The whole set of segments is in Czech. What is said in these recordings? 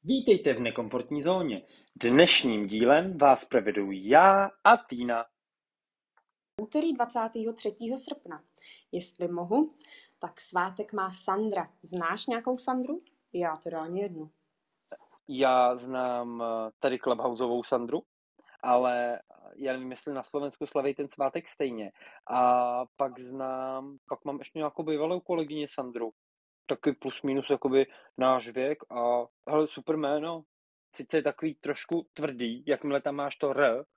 Vítejte v nekomfortní zóně. Dnešním dílem vás provedu já a Týna. Úterý 23. srpna. Jestli mohu, tak svátek má Sandra. Znáš nějakou Sandru? Já teda ani jednu. Já znám tady Clubhouseovou Sandru, ale já nevím, jestli na Slovensku slaví ten svátek stejně. A pak mám ještě nějakou bývalou kolegyni Sandru. Taky plus minus jakoby náš věk a hele, super jméno. Sice je takový trošku tvrdý, jakmile tam máš to R,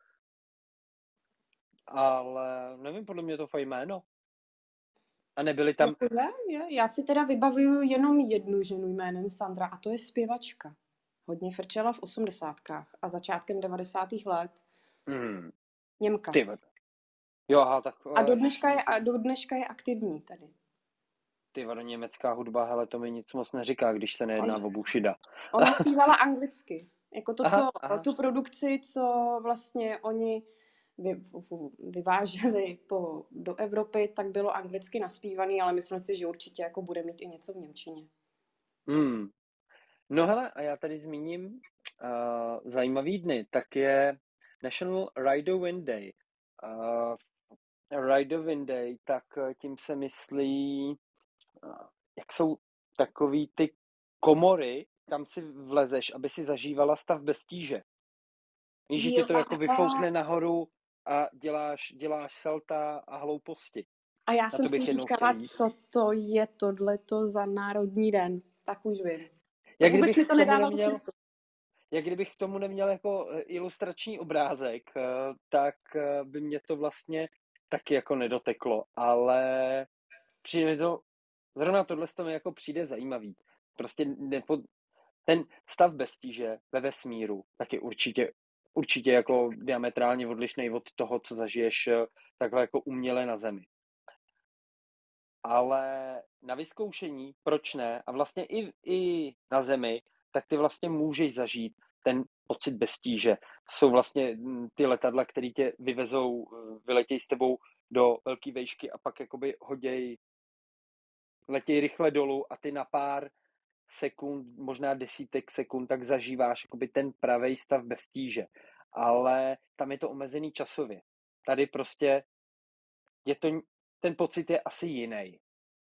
ale nevím, podle mě je to fajn jméno. A nebyly tam... Já si teda vybavuju jenom jednu ženu jménem Sandra a to je zpěvačka. Hodně frčela v 80kách a začátkem 90. let. Němka. Ty vado. Jo, aha, tak... do dneška je aktivní tady. Ty vado, německá hudba, hele, to mi nic moc neříká, když se nejedná o Bushida. Ona zpívala anglicky. Jako to, Aha. tu produkci, co vlastně oni vyváželi do Evropy, tak bylo anglicky naspívaný, ale myslím si, že určitě jako bude mít i něco v němčině. No hele, a já tady zmíním zajímavý dny, tak je National Ride the Wind Day. Ride the Wind Day, tak tím se myslí, jak jsou takový ty komory, tam si vlezeš, aby si zažívala stav bez tíže. Víš, že tě to jako vyfoukne nahoru a děláš salta a hlouposti. A já jsem si říkala, co to je tohleto za národní den. Tak už vím. Vůbec mi to nedávalo smysl. Jak kdybych k tomu neměl jako ilustrační obrázek, tak by mě to vlastně taky jako nedoteklo, ale přijde to, zrovna tohle mi jako přijde zajímavý. Prostě ten stav bez tíže ve vesmíru tak je určitě jako diametrálně odlišný od toho, co zažiješ takhle jako uměle na Zemi. Ale na vyzkoušení, proč ne, a vlastně i na Zemi, tak ty vlastně můžeš zažít ten pocit bez tíže. Jsou vlastně ty letadla, které tě vyletějí s tebou do velké výšky a pak jakoby letějí rychle dolů a ty na pár sekund, možná desítek sekund, tak zažíváš jakoby ten pravej stav bez tíže. Ale tam je to omezený časově. Tady prostě ten pocit je asi jiný.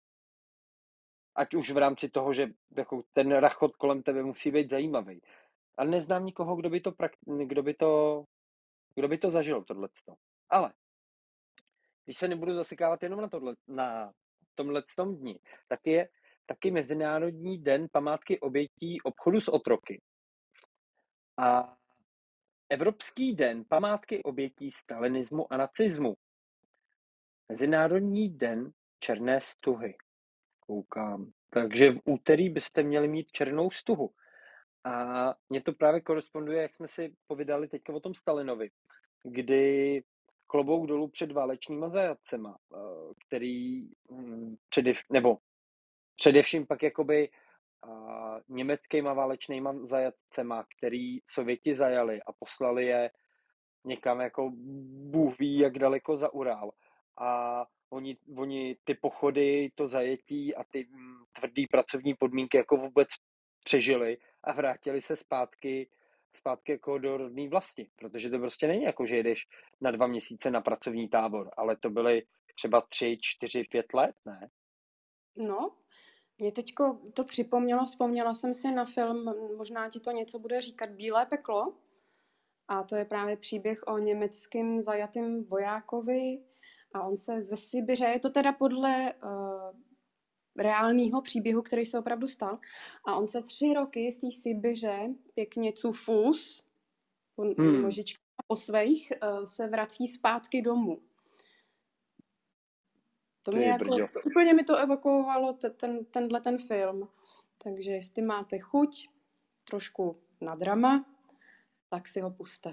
Ať už v rámci toho, že jako ten rachot kolem tebe musí být zajímavý. Ale neznám nikoho, kdo by to zažil, tohleto. Ale když se nebudu zasekávat jenom na tomhletom dni, tak je taky Mezinárodní den památky obětí obchodu s otroky. A Evropský den památky obětí stalinismu a nacismu. Mezinárodní den černé stuhy. Koukám. Takže v úterý byste měli mít černou stuhu. A mně to právě koresponduje, jak jsme si povídali teďka o tom Stalinovi, kdy klobouk dolů před válečnýma zajatcema, který především pak jakoby německýma válečnýma zajatcema, který Sověti zajali a poslali je někam jako Bůh ví, jak daleko za Ural. A oni ty pochody, to zajetí a ty tvrdý pracovní podmínky jako vůbec přežili a vrátili se zpátky jako do rodné vlasti, protože to prostě není jako, že jedeš na 2 měsíce na pracovní tábor, ale to byly třeba 3, 4, 5 let, ne? No, mě teďko to připomnělo, vzpomněla jsem si na film, možná ti to něco bude říkat, Bílé peklo. A to je právě příběh o německém zajatém vojákovi a on se ze Sibiře, je to teda podle reálného příběhu, který se opravdu stal, a on se 3 roky z té Sibiře pěkně cufus, nožička po svých, se vrací zpátky domů. To mě úplně mi to evokovalo ten film. Takže jestli máte chuť trošku na drama, tak si ho puste.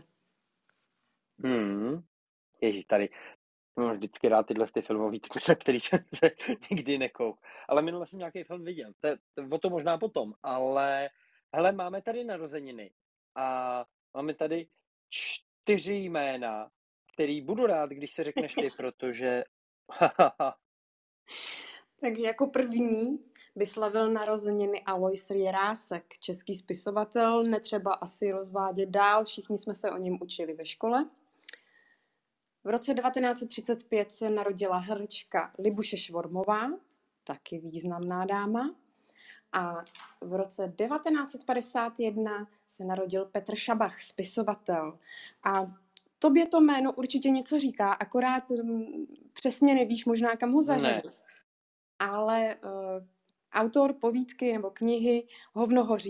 Ježíš, tady mám vždycky rád tyhle filmový tituly, který jsem se nikdy nekouk. Ale minule jsem nějaký film viděl. O to možná potom, ale hele, máme tady narozeniny a máme tady 4 jména, který budu rád, když se řekneš ty, protože... Tak jako první vyslavil narozeniny Alois Jirásek, český spisovatel, netřeba asi rozvádět dál, všichni jsme se o něm učili ve škole. V roce 1935 se narodila herečka Libuše Švormová, taky významná dáma. A v roce 1951 se narodil Petr Šabach, spisovatel. A tobě to jméno určitě něco říká, akorát přesně nevíš možná, kam ho zařadit. Ne. Ale autor povídky nebo knihy Hovno hoří.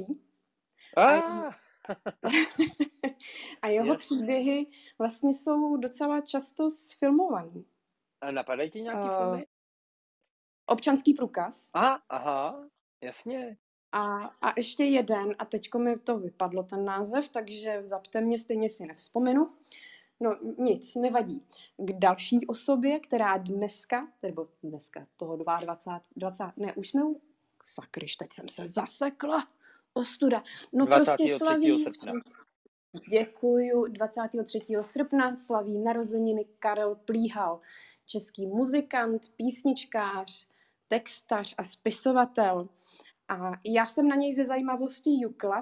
A jeho Yes. příběhy vlastně jsou docela často sfilmovaný. A napadají ti nějaký filmy? Občanský průkaz. Aha, jasně. A ještě jeden, a teďko mi to vypadlo ten název, takže zapte mě, stejně si nevzpomenu. No nic, nevadí. K další osobě, která dneska, toho 22, ne, už jsme u, sakryš, teď jsem se zasekla, ostuda. No 23. prostě slaví, srpna. Děkuju, 23. srpna slaví narozeniny Karel Plíhal, český muzikant, písničkář, textař a spisovatel. A já jsem na něj ze zajímavosti jukla,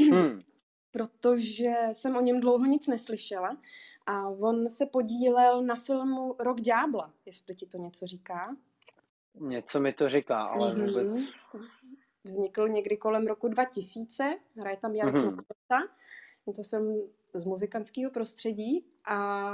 protože jsem o něm dlouho nic neslyšela. A on se podílel na filmu Rok ďábla, jestli ti to něco říká. Něco mi to říká, ale vůbec... Vznikl někdy kolem roku 2000, hraje tam Jarek Nohavica. Je to film z muzikantského prostředí a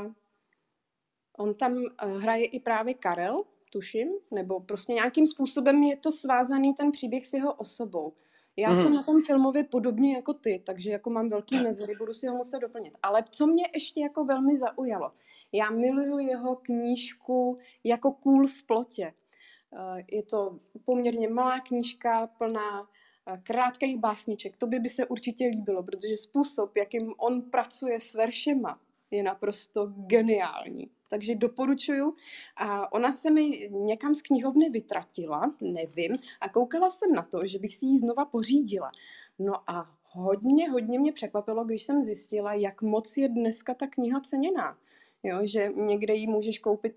on tam hraje i právě Karel, tuším, nebo prostě nějakým způsobem je to svázaný ten příběh s jeho osobou. Já jsem na tom filmově podobně jako ty, takže jako mám velký mezery, budu si ho muset doplnit. Ale co mě ještě jako velmi zaujalo, já miluju jeho knížku Jako kůl v plotě. Je to poměrně malá knížka, plná krátkých básniček. Tobě by se určitě líbilo, protože způsob, jakým on pracuje s veršema, je naprosto geniální. Takže doporučuju. A ona se mi někam z knihovny vytratila, nevím, a koukala jsem na to, že bych si ji znova pořídila. No a hodně mě překvapilo, když jsem zjistila, jak moc je dneska ta kniha ceněná. Jo, že někde ji můžeš koupit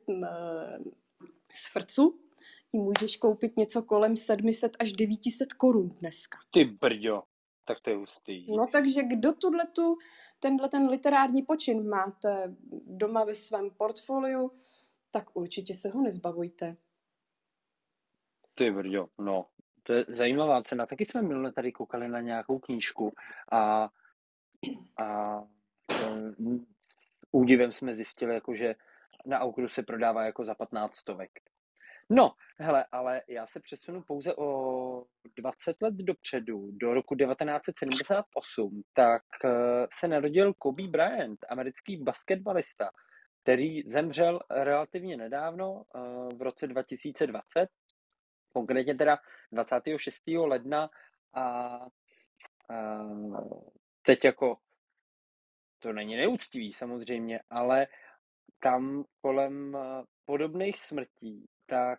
z frcu, ji můžeš koupit něco kolem 700 až 900 korun dneska. Ty brďo, tak to je hustý. No takže kdo ten literární počin máte doma ve svém portfoliu, tak určitě se ho nezbavujte. Ty brďo, no. To je zajímavá cena. Taky jsme minule tady koukali na nějakou knížku a údivem jsme zjistili, jako, že na Aukru se prodává jako za 15 stovek. No, hele, ale já se přesunu pouze o 20 let dopředu, do roku 1978, tak se narodil Kobe Bryant, americký basketbalista, který zemřel relativně nedávno, v roce 2020, konkrétně teda 26. ledna a teď jako to není neúctivý samozřejmě, ale tam kolem podobných smrtí, tak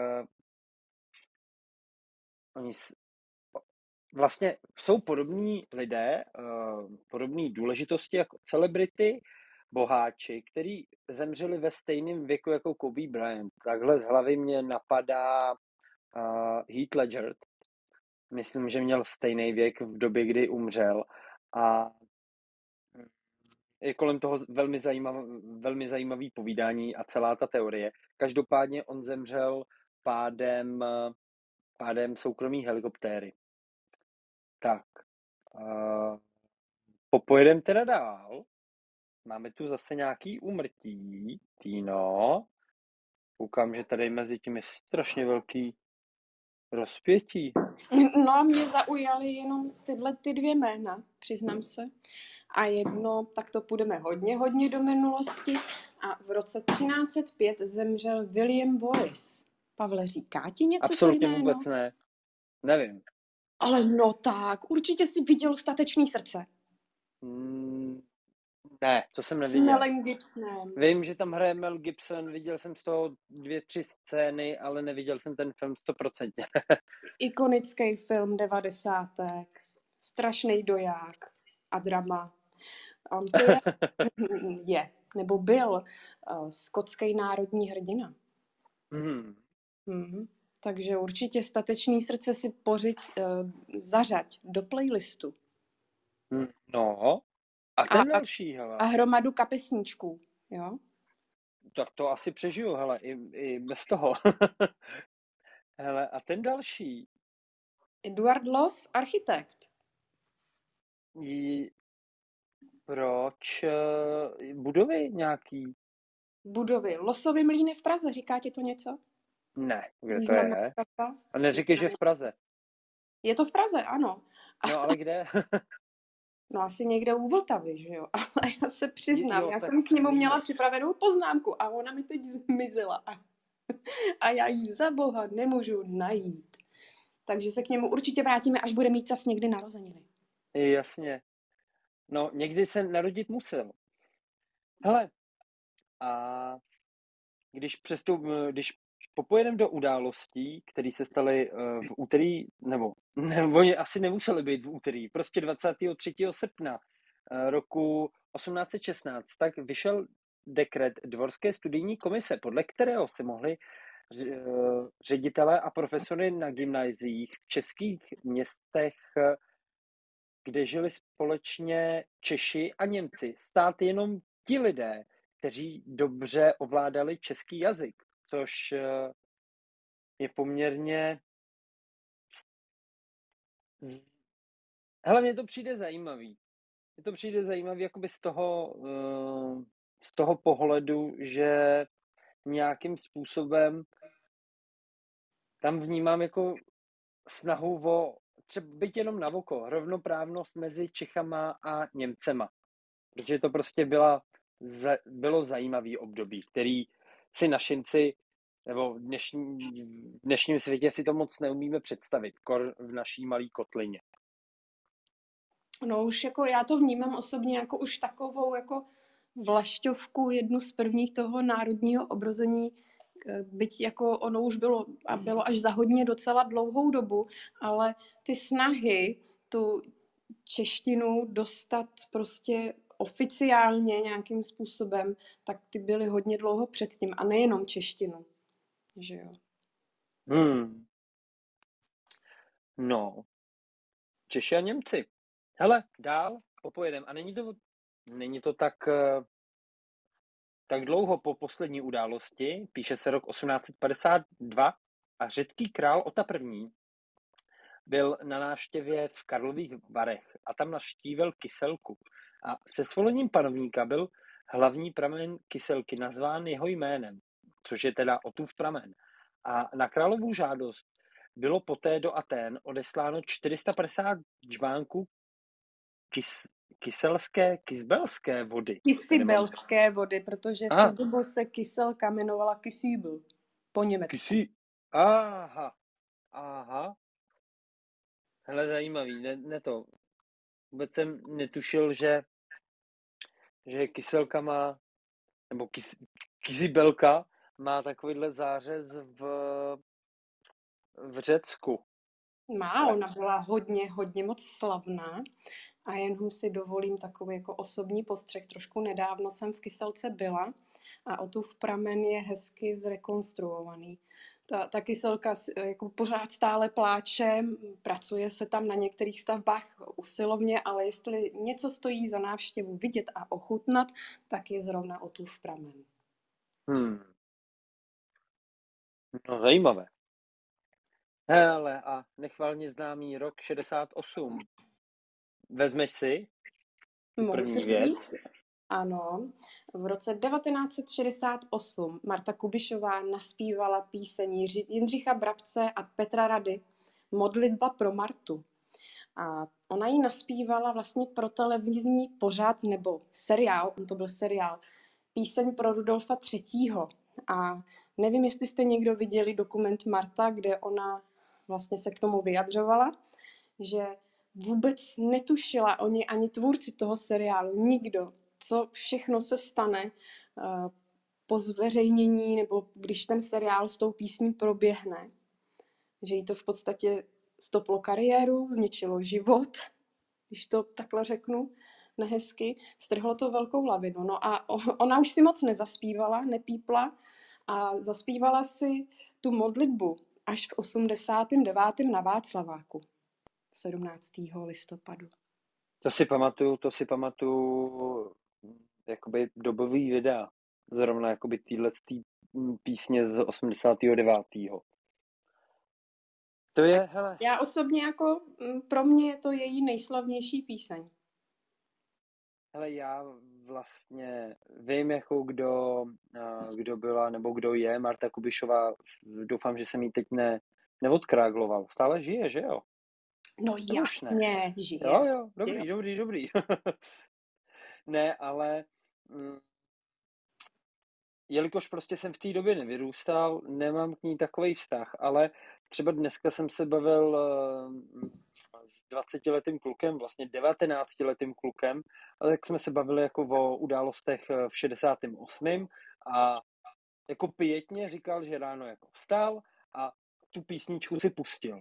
oni vlastně jsou podobní lidé, podobné důležitosti jako celebrity, boháči, kteří zemřeli ve stejném věku jako Kobe Bryant. Takhle z hlavy mě napadá Heath Ledger. Myslím, že měl stejný věk v době, kdy umřel. A je kolem toho velmi zajímavý povídání a celá ta teorie. Každopádně on zemřel pádem soukromé helikoptéry. Tak, popojedeme teda dál. Máme tu zase nějaký úmrtí. Týno. Koukám, že tady mezi tím je strašně velký rozpětí. No a mě zaujaly jenom tyhle ty dvě jména, přiznám se. A jedno, tak to půjdeme hodně do minulosti. A v roce 1305 zemřel William Wallace. Pavle, říká ti něco Absolutně to jméno? vůbec ne. Nevím. Ale no tak, určitě jsi viděl Statečný srdce. Ne, to jsem neviděl. S Melem Gibsonem. Vím, že tam hraje Mel Gibson, viděl jsem z toho 2-3 scény, ale neviděl jsem ten film 100%. Ikonický film 90. Strašný doják a drama. On to je, nebo byl skotský národní hrdina. Takže určitě Statečný srdce si zařaď do playlistu. No, a ten další, A hele, hromadu kapesníčků, jo? tak to asi přežiju, hele, i bez toho. Hele, a ten další, Eduard Loss, architekt. proč budovy nějaký? Budovy Losovy mlýny v Praze, říká ti to něco? Ne, kde to Významná je? stavba. A neříkej, že v Praze. Je to v Praze, ano. No, ale kde? No asi někde u Vltavy, že jo? Ale já se přiznám, Jo, já tak jsem k němu víme. měla připravenou poznámku a ona mi teď zmizela. A já ji za boha nemůžu najít. Takže se k němu určitě vrátíme, až bude mít čas někdy narozeniny. Jasně. No, někdy se narodit musel. Hele, a když popojedeme do událostí, které se staly v úterý, nebo oni asi nemuseli být v úterý, prostě 23. srpna roku 1816, tak vyšel dekret Dvorské studijní komise, podle kterého se mohli ředitelé a profesory na gymnáziích v českých městech, kde žili společně Češi a Němci, stát jenom ti lidé, kteří dobře ovládali český jazyk, což je poměrně... Hele, mně to přijde zajímavý. Mně to přijde zajímavý jakoby z toho pohledu, že nějakým způsobem tam vnímám jako snahu o třeba byť jenom na oko, rovnoprávnost mezi Čechama a Němcema. Protože to prostě bylo zajímavý období, který si našinci, nebo v dnešním světě si to moc neumíme představit, kor v naší malé kotlině. No už jako já to vnímám osobně jako už takovou jako vlašťovku, jednu z prvních toho národního obrození, byť jako ono už bylo až za hodně docela dlouhou dobu, ale ty snahy tu češtinu dostat prostě oficiálně nějakým způsobem, tak ty byly hodně dlouho předtím a nejenom češtinu, že jo. No, Češi a Němci. Hele, dál popojedem. A není to tak dlouho po poslední události, píše se rok 1852 a řecký král Ota I. byl na návštěvě v Karlových Varech a tam navštívil Kyselku. A se svolením panovníka byl hlavní pramen Kyselky nazván jeho jménem, což je teda Otův pramen. A na královu žádost bylo poté do Atén odesláno 450 džbánků kysbelské vody. Kysibelské vody, protože v tu dobu se kyselka jmenovala Kysibel po německu. Aha. Hele, zajímavý, vůbec jsem netušil, že kyselka má, nebo kysibelka má takovýhle zářez v Řecku. Má, ona byla hodně moc slavná a jenom si dovolím takový jako osobní postřeh. Trošku nedávno jsem v Kyselce byla a Otův pramen je hezky zrekonstruovaný. Ta Kyselka jako pořád stále pláče, pracuje se tam na některých stavbách usilovně, ale jestli něco stojí za návštěvu vidět a ochutnat, tak je zrovna Otův pramen. No, zajímavé. Hele, a nechvalně známý rok 68. Vezmeš si první věc? Ano, v roce 1968 Marta Kubišová naspívala píseň Jindřicha Brabce a Petra Rady Modlitba pro Martu. A ona ji naspívala vlastně pro televizní pořad nebo seriál, on to byl seriál, Píseň pro Rudolfa III. A nevím, jestli jste někdo viděli dokument Marta, kde ona vlastně se k tomu vyjadřovala, že vůbec netušila oni ani tvůrci toho seriálu, nikdo, co všechno se stane po zveřejnění nebo když ten seriál s tou písní proběhne. Že jí to v podstatě stoplo kariéru, zničilo život, když to takhle řeknu nehezky, strhlo to velkou lavinu. No a ona už si moc nezaspívala, nepípla a zaspívala si tu modlitbu. až v 89. na Václaváku 17. listopadu. To si pamatuju jakoby dobový videa. Zrovna jakoby týhletý písně z 89. To je, hele. Já osobně jako, pro mě je to její nejslavnější píseň. Hele, já vlastně vím, jako kdo byla, nebo kdo je Marta Kubišová. Doufám, že jsem jí teď neodkrágloval. Stále žije, že jo? No Nebo už ne? jasně, žije. Jo, dobrý. Ne, ale jelikož prostě jsem v té době nevyrůstal, nemám k ní takový vztah, ale třeba dneska jsem se bavil s 20letým klukem, vlastně 19letým klukem, ale tak jsme se bavili jako o událostech v 68. a jako pietně říkal, že ráno jako vstal a tu písničku si pustil.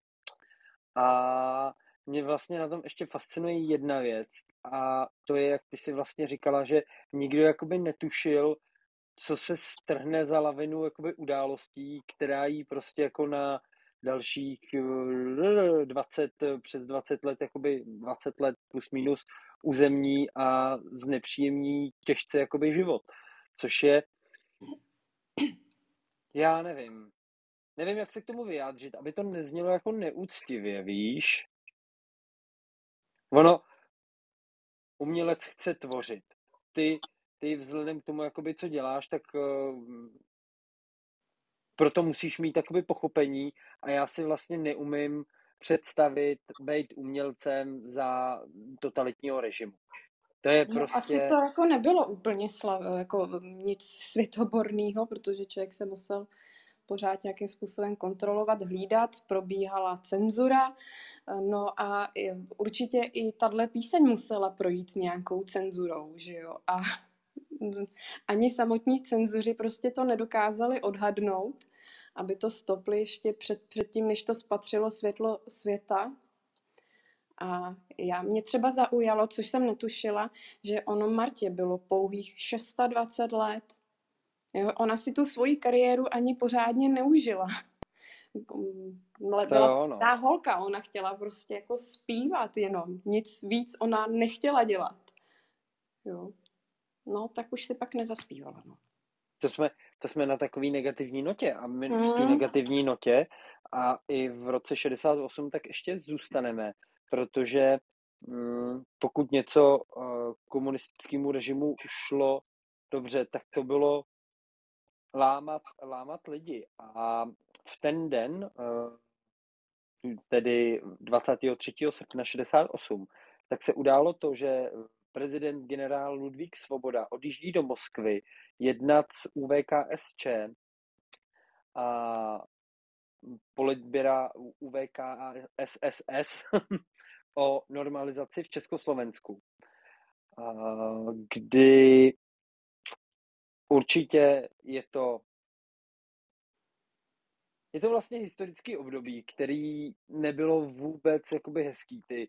A mě vlastně na tom ještě fascinuje jedna věc a to je, jak ty si vlastně říkala, že nikdo jakoby netušil, co se strhne za lavinu jakoby událostí, která jí prostě jako na dalších přes 20 let, jakoby 20 let plus minus uzemní a znepříjemní těžce jakoby život. Což je, já nevím, jak se k tomu vyjádřit, aby to neznělo jako neúctivě, víš? Ono, umělec chce tvořit. Ty vzhledem k tomu, jakoby, co děláš, tak proto musíš mít takové pochopení a já si vlastně neumím představit být umělcem za totalitního režimu. To je No, prostě... asi to jako nebylo úplně jako nic světoborného, protože člověk se musel pořád nějakým způsobem kontrolovat, hlídat, probíhala cenzura, no a určitě i tahle píseň musela projít nějakou cenzurou, že jo, a ani samotní cenzuři prostě to nedokázali odhadnout, aby to stopli ještě před tím, než to spatřilo světlo světa. A mě třeba zaujalo, což jsem netušila, že ono Martě bylo pouhých 26 let. Jo, ona si tu svoji kariéru ani pořádně neužila. Byla ta holka, ona chtěla prostě jako zpívat jenom. Nic víc ona nechtěla dělat. Jo. No, tak už si pak nezaspívala. No. To jsme na takový negativní notě a my v té negativní notě a i v roce 68 tak ještě zůstaneme, protože pokud něco komunistickému režimu šlo dobře, tak to bylo lámat lidi. A v ten den, tedy 23. srpna 68, tak se událo to, že prezident generál Ludvík Svoboda odjíždí do Moskvy jednat s UVKSČ a politběra UVK a SSS o normalizaci v Československu, kdy určitě je to vlastně historický období, který nebylo vůbec jakoby hezký, ty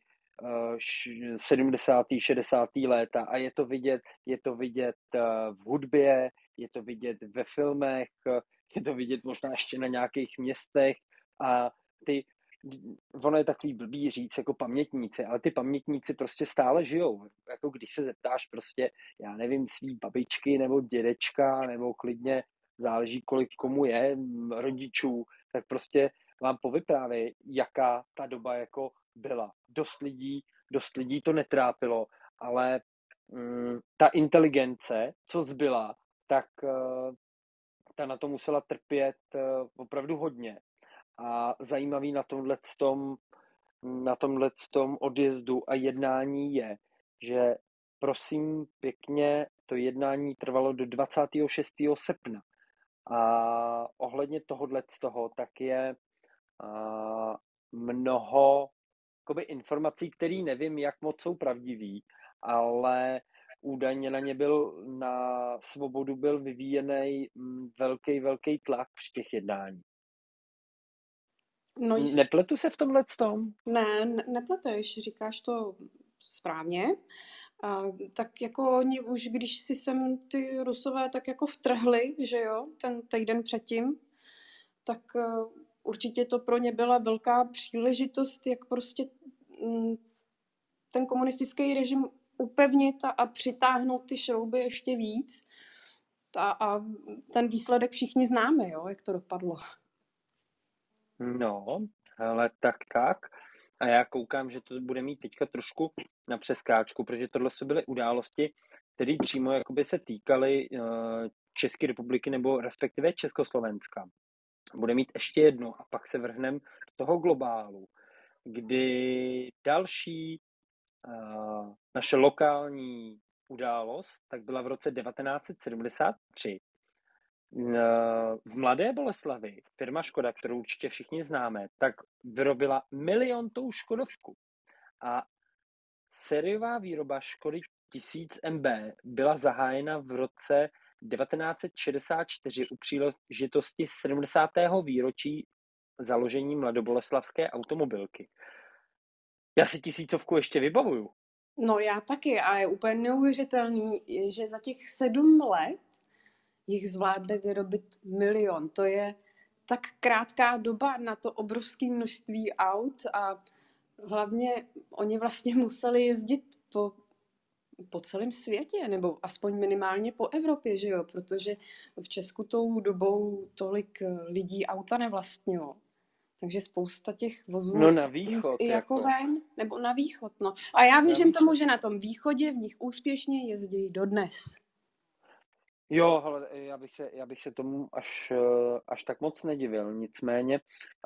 70. 60. léta a je to vidět v hudbě, je to vidět ve filmech, je to vidět možná ještě na nějakých městech a ono je takový blbý říct jako pamětníci, ale ty pamětníci prostě stále žijou. Jako když se zeptáš prostě, já nevím, svý babičky nebo dědečka, nebo klidně záleží, kolik komu je rodičů, tak prostě vám povyprávějí, jaká ta doba jako byla. Dost lidí to netrápilo, ale ta inteligence, co zbyla, tak ta na to musela trpět opravdu hodně. A zajímavý na tomhletom odjezdu a jednání je, že prosím pěkně, to jednání trvalo do 26. srpna. A ohledně toho, tak je mnoho informací, které nevím, jak moc jsou pravdivý, ale údajně na Svobodu byl vyvíjený velký tlak při těch jednání. No, nepletu se v tomhletom? Ne, nepleteš, říkáš to správně. A tak jako oni už, když si sem ty Rusové tak jako vtrhli, že jo, ten týden předtím, tak určitě to pro ně byla velká příležitost, jak prostě ten komunistický režim upevnit a přitáhnout ty šrouby ještě víc. A ten výsledek všichni známe, jo, jak to dopadlo. No, ale tak. A já koukám, že to bude mít teďka trošku na přeskáčku, protože tohle jsou byly události, které přímo jakoby se týkaly České republiky nebo respektive Československa. Bude mít ještě jedno a pak se vrhneme do toho globálu, kdy další naše lokální událost tak byla v roce 1973. V Mladé Boleslavi firma Škoda, kterou určitě všichni známe, tak vyrobila miliontou Škodovku. A sériová výroba Škody 1000 MB byla zahájena v roce 1964 u příležitosti 70. výročí založení mladoboleslavské automobilky. Já si 1000 ještě vybavuju. No já taky a je úplně neuvěřitelný, že za těch 7 let jich zvládli vyrobit 1 000 000. To je tak krátká doba na to obrovské množství aut a hlavně oni vlastně museli jezdit po celém světě, nebo aspoň minimálně po Evropě, že jo, protože v Česku tou dobou tolik lidí auta nevlastnilo. Takže spousta těch vozů No na východ, i jako ven, nebo na východ, no. A já věřím tomu, že na tom východě v nich úspěšně jezdí dodnes. Jo, hele, já bych se tomu až tak moc nedivil, nicméně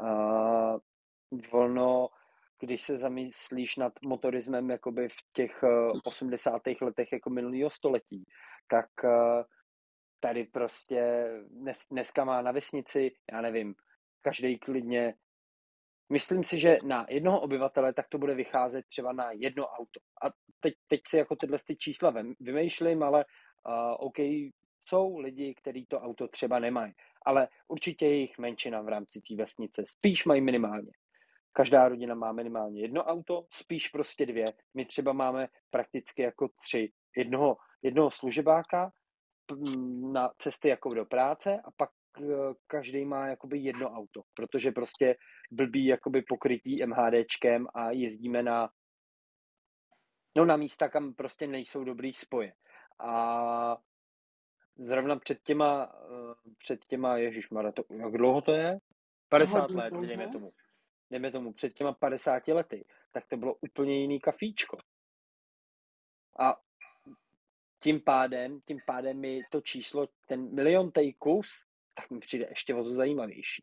ono, když se zamyslíš nad motorismem jakoby v těch 80. letech jako minulého století, tak tady prostě dneska má na vesnici, já nevím, každý klidně, myslím si, že na jednoho obyvatele tak to bude vycházet třeba na jedno auto. A teď si jako tyhle čísla vymýšlím, ale OK, jsou lidi, kteří to auto třeba nemají, ale určitě je jich menšina v rámci té vesnice. Spíš mají minimálně. Každá rodina má minimálně jedno auto, spíš prostě 2. My třeba máme prakticky jako 3. Jednoho služebáka na cesty jako do práce a pak každý má jakoby jedno auto, protože prostě blbý jakoby pokrytí MHDčkem a jezdíme na místa, kam prostě nejsou dobrý spoje. A zrovna před těma ježišmarja, jak dlouho to je? 50 let, dejme tomu, před těma 50 lety, tak to bylo úplně jiný kafíčko. A tím pádem mi to číslo, ten miliontej kus, tak mi přijde ještě o to zajímavější.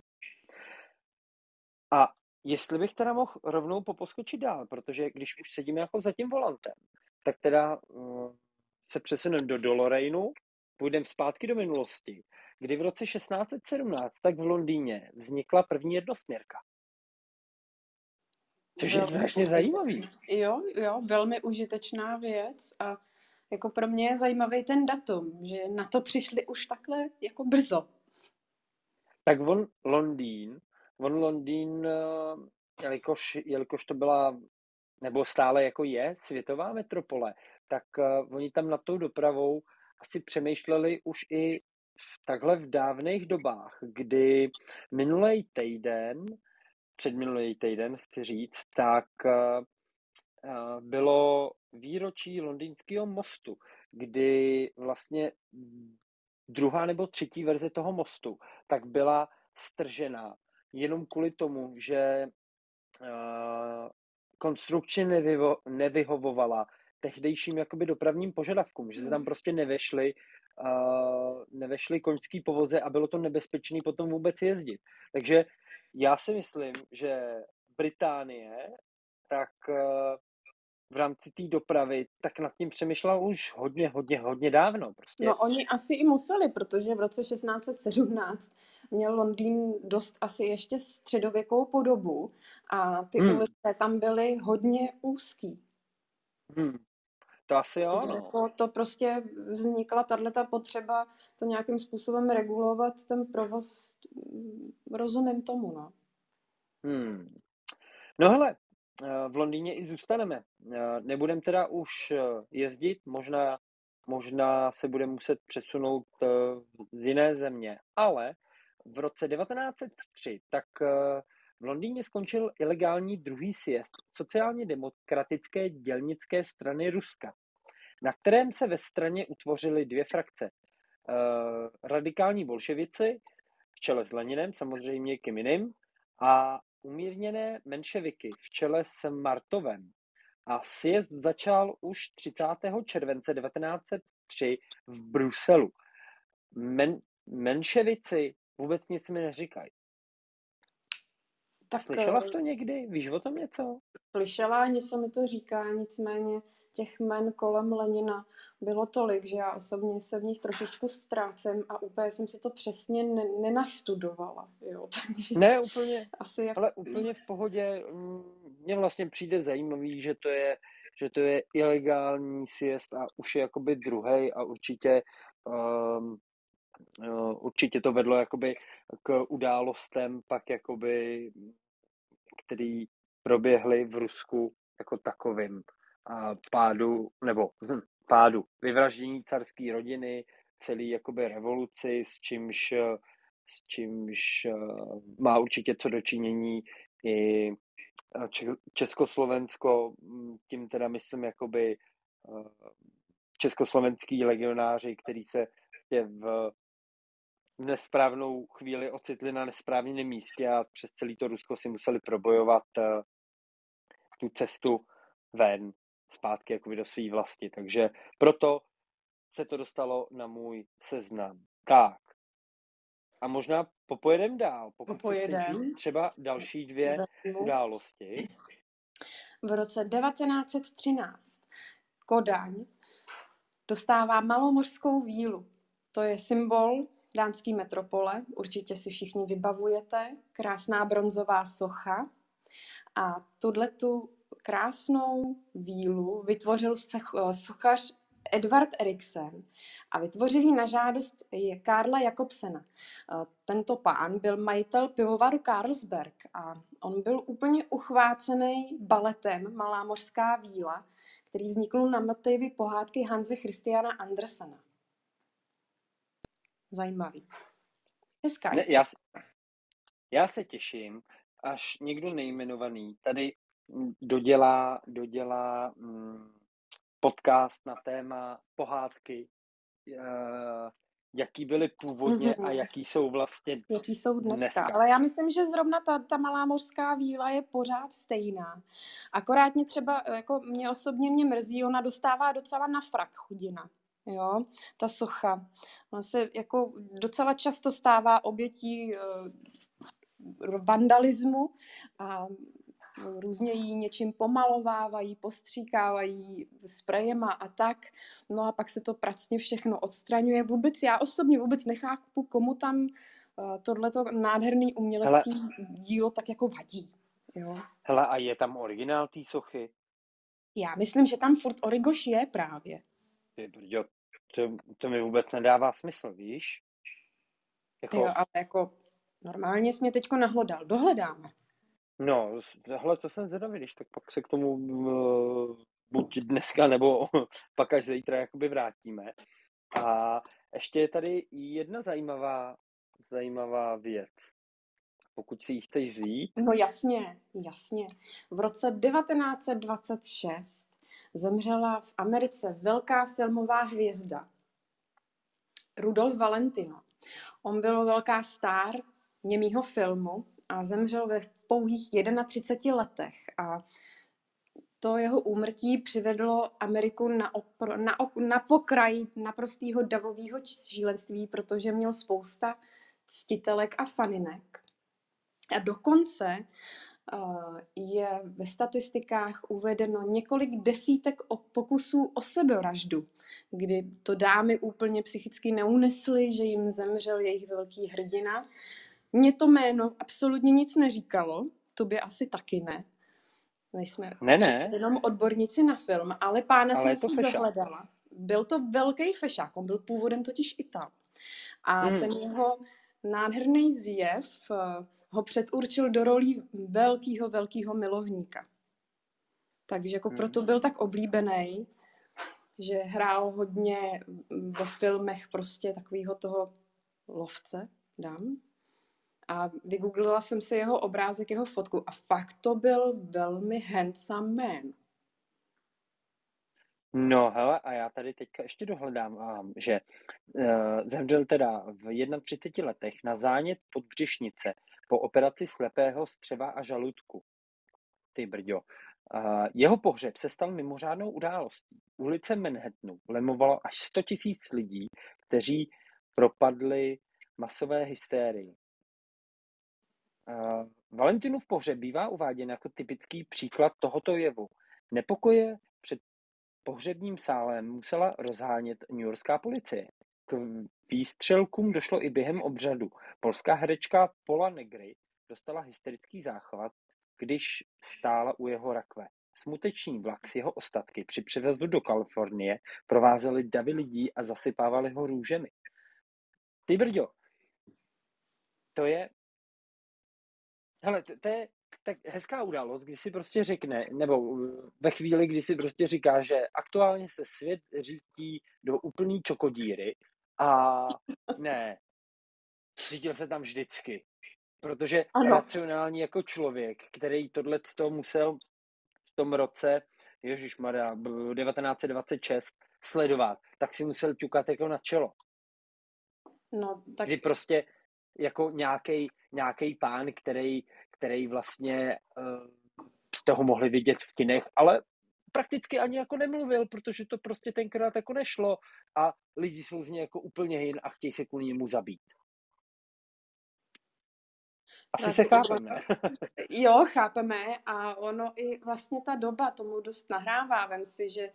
A jestli bych teda mohl rovnou poposkočit dál, protože když už sedíme jako za tím volantem, tak teda se přesuneme do Doloreinu, půjdeme zpátky do minulosti, kdy v roce 1617 tak v Londýně vznikla první jednosměrka. Což je strašně zajímavý. Jo, velmi užitečná věc a jako pro mě je zajímavý ten datum, že na to přišli už takhle jako brzo. Tak on Londýn, jelikož to byla, nebo stále jako je světová metropole, tak oni tam nad tou dopravou asi přemýšleli už i takhle v dávných dobách, kdy předminulý týden, chci říct, tak bylo výročí Londýnského mostu, kdy vlastně druhá nebo třetí verze toho mostu tak byla stržená jenom kvůli tomu, že konstrukce nevyhovovala tehdejším jakoby dopravním požadavkům, že se tam prostě nevešly koňský povoze a bylo to nebezpečné potom vůbec jezdit. Takže já si myslím, že Británie tak v rámci té dopravy tak nad tím přemýšlela už hodně dávno. Prostě. No oni asi i museli, protože v roce 1617 měl Londýn dost asi ještě středověkou podobu a ty ulice tam byly hodně úzký. To asi jo, no. Jako to prostě vznikla tato potřeba to nějakým způsobem regulovat, ten provoz, rozumím tomu, no. No hele, v Londýně i zůstaneme. Nebudeme teda už jezdit, možná se budeme muset přesunout z jiné země, ale v roce 1903 tak v Londýně skončil ilegální druhý sjezd sociálně demokratické dělnické strany Ruska, na kterém se ve straně utvořily dvě frakce. Radikální bolševici v čele s Leninem, samozřejmě Kim Il-sung, a umírněné menševiky v čele s Martovem. A sjezd začal už 30. července 1903 v Bruselu. Menševici vůbec nic mi neříkají. Tak Slyšela jsi to někdy? Víš o tom něco? slyšela, něco mi to říká, nicméně těch jmen kolem Lenina bylo tolik, že já osobně se v nich trošičku ztrácím a úplně jsem si to přesně nenastudovala. Jo, takže Ne, úplně, asi jak... ale úplně v pohodě. Mně vlastně přijde zajímavý, že to je ilegální sjezd a už je jakoby druhej a určitě to vedlo jakoby k událostem pak jakoby, který proběhly v Rusku jako takovým a pádu, vyvraždění carské rodiny, celý jakoby revoluci, s čímž má určitě co dočinění i Československo, tím teda myslím jakoby československý legionáři, který se v nesprávnou chvíli ocitli na nesprávném místě a přes celé to Rusko si museli probojovat tu cestu ven, zpátky jakoby do své vlasti. Takže proto se to dostalo na můj seznam. Tak. A možná popojedem dál, pokud chceš říct třeba další dvě události. V roce 1913 Kodaň dostává malomořskou vílu. To je symbol dánské metropole, určitě si všichni vybavujete. Krásná bronzová socha. A tuhletu krásnou vílu vytvořil sochař Edvard Eriksen a vytvořil ji na žádost Karla Jakobsena. Tento pán byl majitel pivovaru Carlsberg a on byl úplně uchvácený baletem Malá mořská víla, který vznikl na motivy pohádky Hanse Christiana Andersena. Zajímavý. Hezká. Ne, já se těším, až někdo nejmenovaný tady dodělá podcast na téma pohádky, jaký byly původně a jaký jsou vlastně jaký jsou dneska. Ale já myslím, že zrovna ta Malá mořská víla je pořád stejná. Akorát mě třeba, jako mě osobně mrzí, ona dostává docela na frak chudina. Jo, ta socha. Ona se jako docela často stává obětí vandalismu a různě ji něčím pomalovávají, postříkávají sprejema a tak. No a pak se to pracně všechno odstraňuje. Já osobně vůbec nechápu, komu tam tohleto nádherný umělecký dílo tak jako vadí. Jo? Hele, a je tam originál té sochy? Já myslím, že tam furt Origoš je právě. Jo, to mi vůbec nedává smysl, víš? Jo, ale jako normálně jsi mě teďko nahlodal. Dohledáme. No, tohle to jsem zvědavý, když tak pak se k tomu buď dneska, nebo pak až zítra jakoby vrátíme. A ještě je tady jedna zajímavá věc, pokud si ji chceš vzít. No jasně. V roce 1926 zemřela v Americe velká filmová hvězda Rudolf Valentino. On byl velká star němýho filmu a zemřel ve pouhých 31 letech. A to jeho úmrtí přivedlo Ameriku na pokraj naprostého davového šílenství, protože měl spousta ctitelek a faninek. A dokonce je ve statistikách uvedeno několik desítek pokusů o sebevraždu, kdy to dámy úplně psychicky neunesly, že jim zemřel jejich velký hrdina. Mně to jméno absolutně nic neříkalo, to by asi taky ne. Nejsme jenom odborníci na film, ale pána jsem si dohledala. Byl to velký fešák, on byl původem totiž Ital. A ten jeho nádherný zjev ho předurčil do rolí velkýho milovníka. Takže jako proto byl tak oblíbený, že hrál hodně ve filmech prostě takovýho toho lovce, dám. A vygooglila jsem si jeho obrázek, jeho fotku a fakt to byl velmi handsome man. No hele, a já tady teďka ještě dohledám, že zemřel teda v 31 letech na zánět podbřišnice po operaci slepého střeva a žaludku. Ty brďo. Jeho pohřeb se stal mimořádnou událostí. Ulice Manhattanu lemovalo až 100 000 lidí, kteří propadli masové hysterii. Valentinův pohřeb bývá uváděn jako typický příklad tohoto jevu. Nepokoje před pohřebním sálem musela rozhánět newyorská policie. K výstřelkům došlo i během obřadu. Polská herečka Pola Negri dostala hysterický záchvat, když stála u jeho rakve. Smuteční vlak s jeho ostatky při převozu do Kalifornie provázeli davy lidí a zasypávali ho růžemi. Ty brďo, to je... Hele, to je tak hezká událost, kdy si prostě řekne, nebo ve chvíli, kdy si prostě říká, že aktuálně se svět řítí do úplný čokodíry a ne, řídil se tam vždycky. Protože Ano. racionální jako člověk, který tohleto musel v tom roce, ježišmarja, 1926 sledovat, tak si musel ťukat jako na čelo. No, tak Kdy prostě jako nějaký pán, který vlastně z toho mohli vidět v kinech, ale prakticky ani jako nemluvil, protože to prostě tenkrát jako nešlo a lidi jsou z něj jako úplně jin a chtějí se kvůli němu zabít. Asi tak se chápeme, ne? jo, chápeme a ono i vlastně ta doba tomu dost nahrává. Vem si, že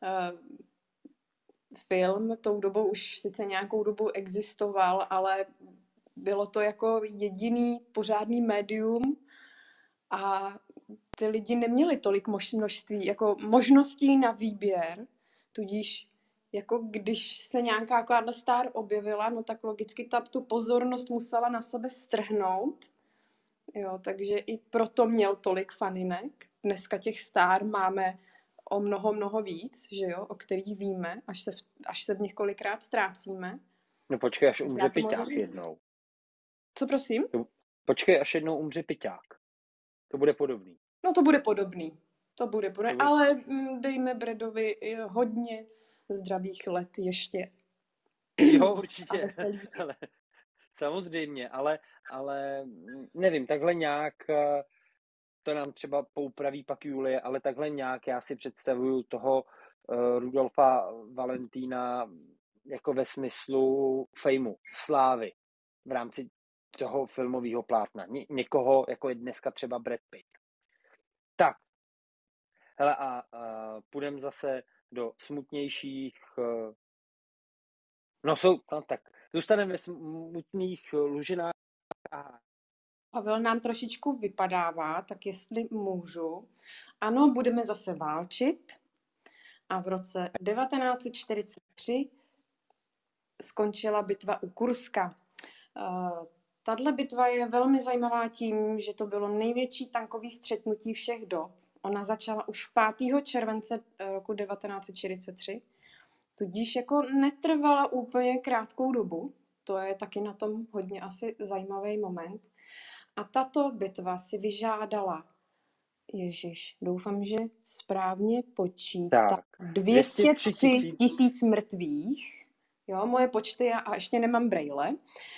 film tou dobou už sice nějakou dobu existoval, ale bylo to jako jediný pořádný médium a ty lidi neměli tolik množství, jako možností na výběr, tudíž jako když se nějaká taková star objevila, no tak logicky tu pozornost musela na sebe strhnout. Jo, takže i proto měl tolik faninek. Dneska těch star máme o mnoho víc, že jo, o kterých víme, až se v nich kolikrát ztrácíme. No počkej, až umře Já tomu Pyťák rozumím. jednou. Co prosím? Počkej, až jednou umře Pyťák. To bude podobný. No to bude podobný. bude- Ale dejme Bradovi hodně zdravých let ještě. Jo, A určitě. veselý. Ale, samozřejmě, ale nevím, takhle nějak to nám třeba poupraví pak Julie, ale takhle nějak já si představuju toho Rudolfa Valentína jako ve smyslu fejmu, slávy v rámci toho filmového plátna. Někoho, jako je dneska třeba Brad Pitt. Tak, hele a půjdeme zase do smutnějších tak zůstaneme ve smutných lužinách. Pavel nám trošičku vypadává, tak jestli můžu. Ano, budeme zase válčit. A v roce 1943 skončila bitva u Kurska. Tahle bitva je velmi zajímavá tím, že to bylo největší tankový střetnutí všech dob. Ona začala už 5. července roku 1943, tudíž jako netrvala úplně krátkou dobu. To je taky na tom hodně asi zajímavý moment. A tato bitva si vyžádala, doufám, že správně počítám, Tak, 203 000 mrtvých. Jo, moje počty a ještě nemám brejle.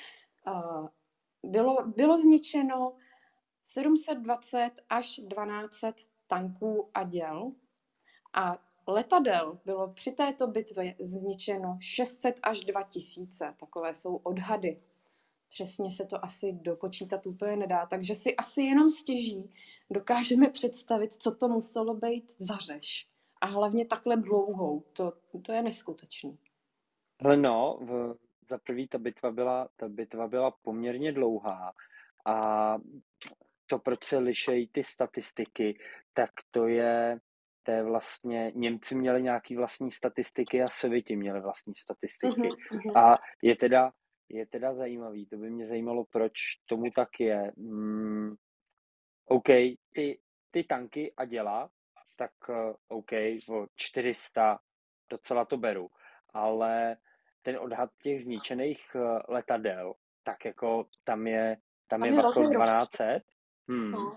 Bylo zničeno 720 až 1200 tanků a děl a letadel bylo při této bitvě zničeno 600 až 2000. Takové jsou odhady. Přesně se to asi dopočítat úplně nedá, takže si asi jenom stěží dokážeme představit, co to muselo být za řeš. A hlavně takhle dlouhou. To je neskutečný. Hele no, za prvý ta bitva byla poměrně dlouhá a to, proč se lišejí ty statistiky, tak to je vlastně, Němci měli nějaký vlastní statistiky a Sověti měli vlastní statistiky. A je teda zajímavý, to by mě zajímalo, proč tomu tak je. OK, ty tanky a děla, tak OK, o 400 docela to beru, ale ten odhad těch zničených letadel, tak jako tam je Tam je Vakro velký rozstřel. 1200. No.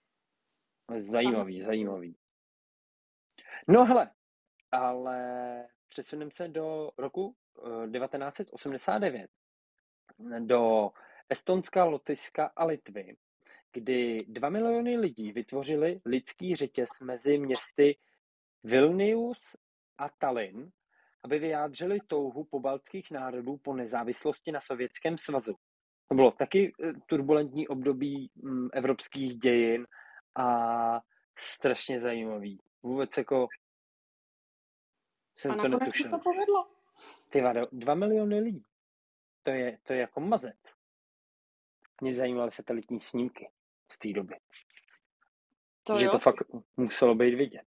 Zajímavý. No hele, ale přesuneme se do roku 1989 do Estonska, Lotyšska a Litvy, kdy 2 miliony lidí vytvořili lidský řetěz mezi městy Vilnius a Tallinn, aby vyjádřili touhu pobaltských národů po nezávislosti na Sovětském svazu. To bylo taky turbulentní období evropských dějin a strašně zajímavý. Vůbec jako jsem A to nakonec se netušil. to povedlo. Ty vado, 2 miliony lidí. To je jako mazec. Mě zajímaly satelitní snímky z té doby. Že to fakt muselo být vidět.